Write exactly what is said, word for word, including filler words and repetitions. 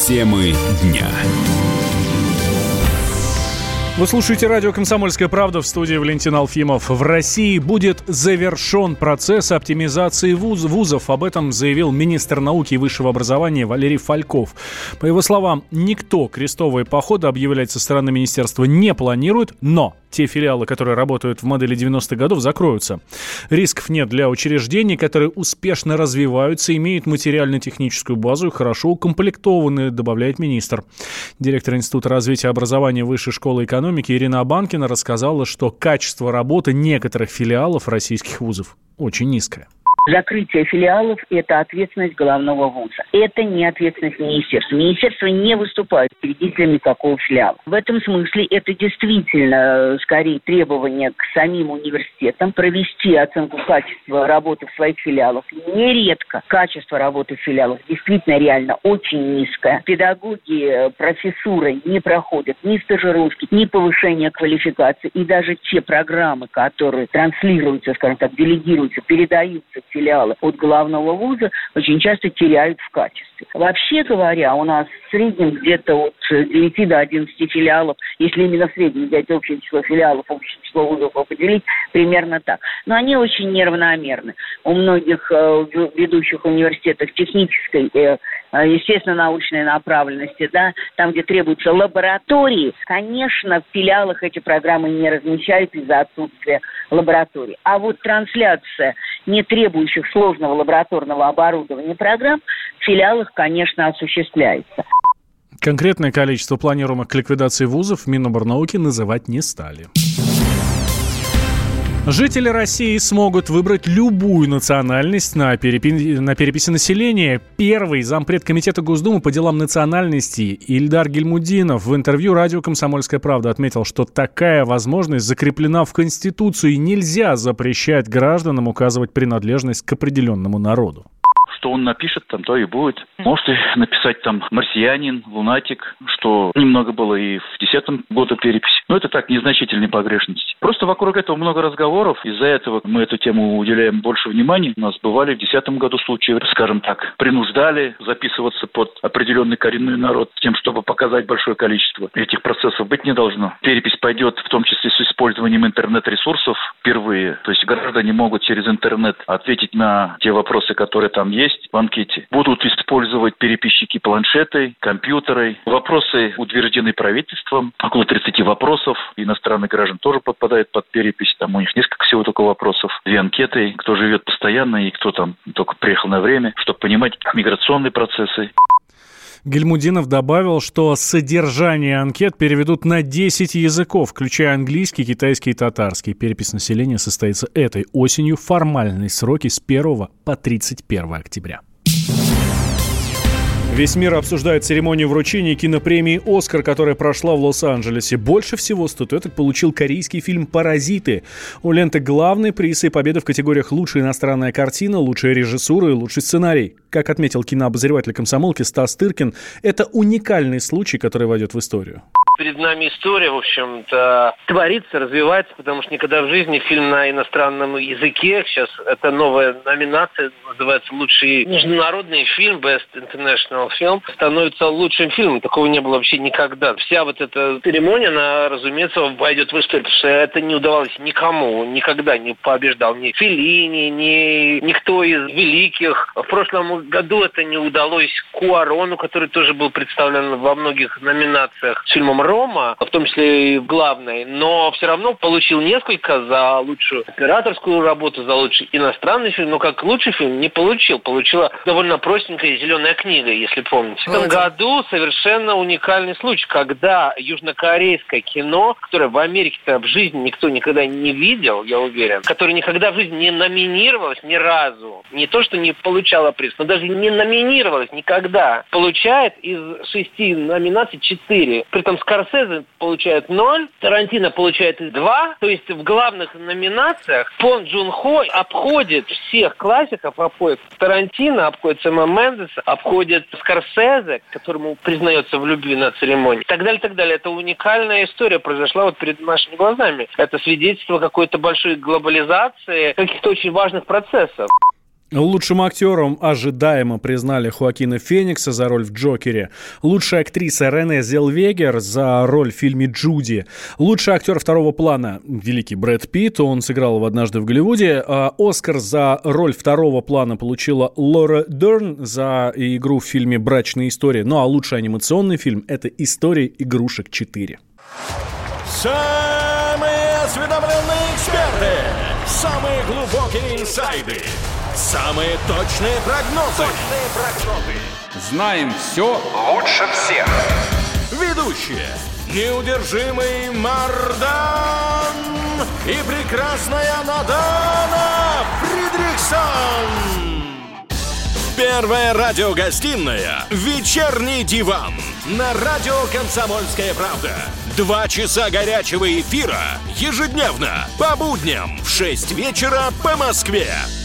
Темы дня. Вы слушаете радио «Комсомольская правда», в студии Валентин Алфимов. В России будет завершен процесс оптимизации вуз, вузов. Об этом заявил министр науки и высшего образования Валерий Фальков. По его словам, никто крестовые походы объявлять со стороны министерства не планирует, но те филиалы, которые работают в модели девяностых годов, закроются. Рисков нет для учреждений, которые успешно развиваются, имеют материально-техническую базу и хорошо укомплектованы, добавляет министр. Директор Института развития образования Высшей школы экономики Ирина Абанкина рассказала, что качество работы некоторых филиалов российских вузов очень низкое. Закрытие филиалов – это ответственность головного вуза. Это не ответственность министерства. Министерство не выступает учредителями какого филиала. В этом смысле это действительно, скорее, требование к самим университетам провести оценку качества работы в своих филиалах. Нередко качество работы в филиалах действительно реально очень низкое. Педагоги, профессуры не проходят ни стажировки, ни повышения квалификации. И даже те программы, которые транслируются, скажем так, делегируются, передаются в филиалы от главного вуза, очень часто теряют в качестве. Вообще говоря, у нас в среднем где-то от девяти до одиннадцати филиалов, если именно в среднем взять общее число филиалов, общее число вузов определить, примерно так. Но они очень неравномерны. У многих э, ведущих университетов технической, э, естественно, научной направленности, да, там, где требуются лаборатории, конечно, в филиалах эти программы не размещают из-за отсутствия лабораторий. А вот трансляция не требующих сложного лабораторного оборудования программ в филиалах, конечно, осуществляется. Конкретное количество планируемых к ликвидации вузов в Миноборнауки называть не стали. Жители России смогут выбрать любую национальность на, перепи... на переписи населения. Первый зампред комитета Госдумы по делам национальностей Ильдар Гильмудинов в интервью радио «Комсомольская правда» отметил, что такая возможность закреплена в Конституции и нельзя запрещать гражданам указывать принадлежность к определенному народу. Что он напишет, там то и будет. Может и написать там «марсианин», «лунатик», что немного было и в десятом году переписи. Но это так, незначительные погрешности. Просто вокруг этого много разговоров. Из-за этого мы эту тему уделяем больше внимания. У нас бывали в десятом году случаи, скажем так, принуждали записываться под определенный коренной народ, тем, чтобы показать большое количество. Этих процессов быть не должно. Перепись пойдет в том числе с использованием интернет-ресурсов впервые. То есть граждане могут через интернет ответить на те вопросы, которые там есть в анкете. Будут использовать переписчики планшеты, компьютеры. Вопросы утверждены правительством. Около тридцати вопросов. Иностранных граждан тоже подпадают под перепись. Там у них несколько всего только вопросов. Две анкеты. Кто живет постоянно и кто там только приехал на время, чтобы понимать миграционные процессы. Гильмудинов добавил, что содержание анкет переведут на десять языков, включая английский, китайский и татарский. Перепись населения состоится этой осенью. Формальные сроки с первого по тридцать первое октября. Весь мир обсуждает церемонию вручения кинопремии «Оскар», которая прошла в Лос-Анджелесе. Больше всего статуэток получил корейский фильм «Паразиты». У ленты главный приз и победа в категориях «Лучшая иностранная картина», «Лучшая режиссура» и «Лучший сценарий». Как отметил кинообозреватель «Комсомолки» Стас Тыркин, это уникальный случай, который войдет в историю. Перед нами история, в общем-то, творится, развивается, потому что никогда в жизни фильм на иностранном языке, сейчас это новая номинация, называется «Лучший международный фильм», Best International Film, становится лучшим фильмом. Такого не было вообще никогда. Вся вот эта церемония, она, разумеется, войдет в историю, потому что это не удавалось никому, никогда не побеждал ни Феллини, ни никто из великих. В прошлом году это не удалось Куарону, который тоже был представлен во многих номинациях с фильмом «Рома», в том числе и в главной, но все равно получил несколько за лучшую операторскую работу, за лучший иностранный фильм, но как лучший фильм не получил. Получила довольно простенькая «Зеленая книга», если помните. В этом году совершенно уникальный случай, когда южнокорейское кино, которое в Америке-то в жизни никто никогда не видел, я уверен, которое никогда в жизни не номинировалось ни разу, не то, что не получало приз, но даже не номинировалось никогда, получает из шести номинаций четыре. При этом Скорсезе получает ноль, Тарантино получает два, то есть в главных номинациях Пон Джун Хо обходит всех классиков, обходит Тарантино, обходит Сэма Мендеса, обходит Скорсезе, которому признается в любви на церемонии, и так далее, и так далее. Это уникальная история произошла вот перед нашими глазами. Это свидетельство какой-то большой глобализации, каких-то очень важных процессов. Лучшим актером ожидаемо признали Хоакина Феникса за роль в «Джокере». Лучшая актриса Рене Зелвегер за роль в фильме «Джуди». Лучший актер второго плана — великий Брэд Питт, он сыграл его «Однажды в Голливуде». А Оскар за роль второго плана получила Лора Дерн за игру в фильме «Брачная история». Ну а лучший анимационный фильм — это «История игрушек четыре». Самые осведомленные эксперты, самые глубокие инсайды, самые точные прогнозы. Точные прогнозы. Знаем все лучше всех. Ведущие: неудержимый Мардан и прекрасная Надана Фридрихсон. Первая радиогостинная «Вечерний диван» на радио «Комсомольская правда». Два часа горячего эфира ежедневно по будням в шесть вечера по Москве.